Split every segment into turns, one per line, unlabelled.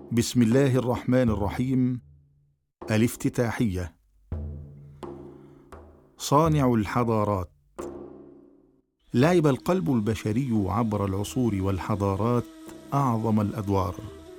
بسم الله الرحمن الرحيم. الافتتاحية. صانع الحضارات. لعب القلب البشري عبر العصور والحضارات أعظم الأدوار،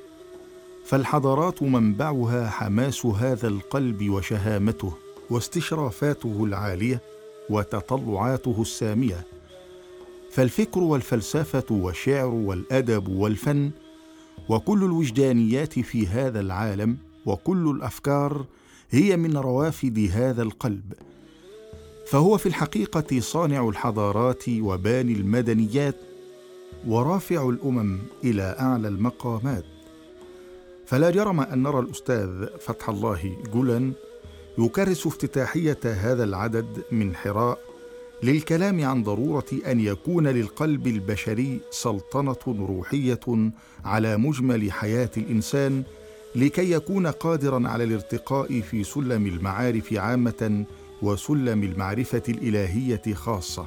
فالحضارات منبعها حماس هذا القلب وشهامته واستشرافاته العالية وتطلعاته السامية. فالفكر والفلسفة والشعر والأدب والفن وكل الوجدانيات في هذا العالم وكل الأفكار هي من روافد هذا القلب، فهو في الحقيقة صانع الحضارات وباني المدنيات ورافع الأمم إلى أعلى المقامات. فلا جرم أن نرى الأستاذ فتح الله جولان يكرس افتتاحية هذا العدد من حراء للكلام عن ضرورة أن يكون للقلب البشري سلطنة روحية على مجمل حياة الإنسان، لكي يكون قادراً على الارتقاء في سلم المعارف عامة وسلم المعرفة الإلهية خاصة.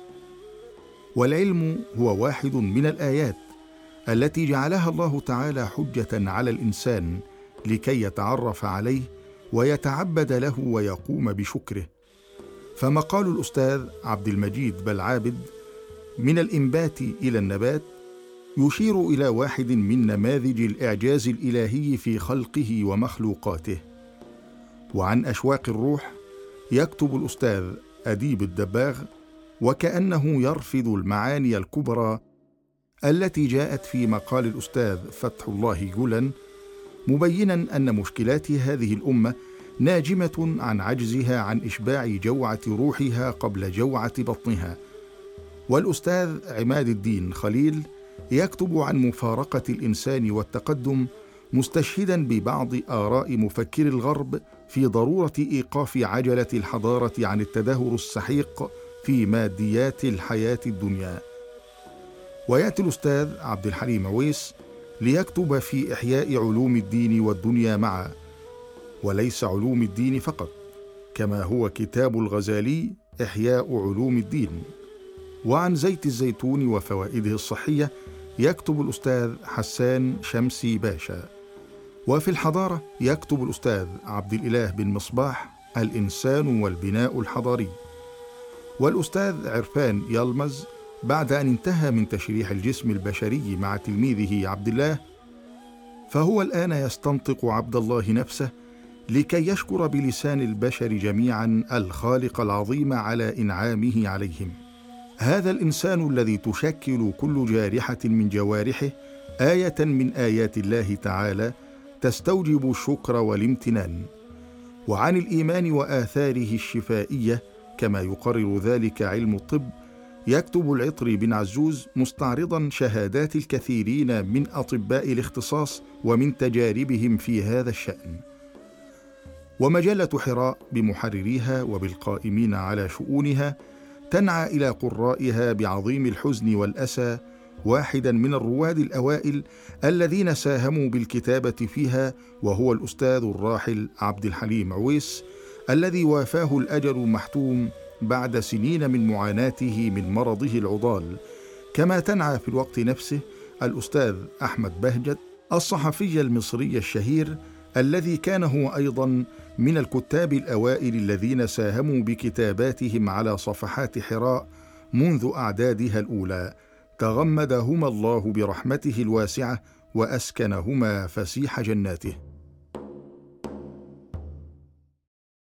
والعلم هو واحد من الآيات التي جعلها الله تعالى حجة على الإنسان لكي يتعرف عليه ويتعبد له ويقوم بشكره. فمقال الأستاذ عبد المجيد بلعابد من الإنبات إلى النبات يشير إلى واحد من نماذج الإعجاز الإلهي في خلقه ومخلوقاته. وعن أشواق الروح يكتب الأستاذ أديب الدباغ وكأنه يرفض المعاني الكبرى التي جاءت في مقال الأستاذ فتح الله جولان، مبينا أن مشكلات هذه الأمة ناجمة عن عجزها عن إشباع جوعة روحها قبل جوعة بطنها. والأستاذ عماد الدين خليل يكتب عن مفارقة الإنسان والتقدم، مستشهدا ببعض آراء مفكر الغرب في ضرورة إيقاف عجلة الحضارة عن التدهور السحيق في ماديات الحياة الدنيا. ويأتي الأستاذ عبد الحليم عويس ليكتب في إحياء علوم الدين والدنيا معا، وليس علوم الدين فقط، كما هو كتاب الغزالي إحياء علوم الدين. وعن زيت الزيتون وفوائده الصحية يكتب الأستاذ حسان شمسي باشا. وفي الحضارة يكتب الأستاذ عبد الإله بن مصباح الإنسان والبناء الحضاري. والأستاذ عرفان يلمز بعد أن انتهى من تشريح الجسم البشري مع تلميذه عبد الله، فهو الآن يستنطق عبد الله نفسه لكي يشكر بلسان البشر جميعا الخالق العظيم على إنعامه عليهم. هذا الإنسان الذي تشكل كل جارحة من جوارحه آية من آيات الله تعالى تستوجب الشكر والامتنان. وعن الإيمان وآثاره الشفائية كما يقرر ذلك علم الطب يكتب العطري بن عزوز مستعرضا شهادات الكثيرين من أطباء الاختصاص ومن تجاربهم في هذا الشأن. ومجلة حراء بمحرريها وبالقائمين على شؤونها تنعى إلى قرائها بعظيم الحزن والأسى واحدا من الرواد الأوائل الذين ساهموا بالكتابة فيها، وهو الأستاذ الراحل عبد الحليم عويس، الذي وافاه الأجل المحتوم بعد سنين من معاناته من مرضه العضال. كما تنعى في الوقت نفسه الأستاذ أحمد بهجت الصحفي المصري الشهير، الذي كان هو أيضا من الكتاب الأوائل الذين ساهموا بكتاباتهم على صفحات حراء منذ أعدادها الأولى. تغمدهما الله برحمته الواسعة وأسكنهما فسيح جناته.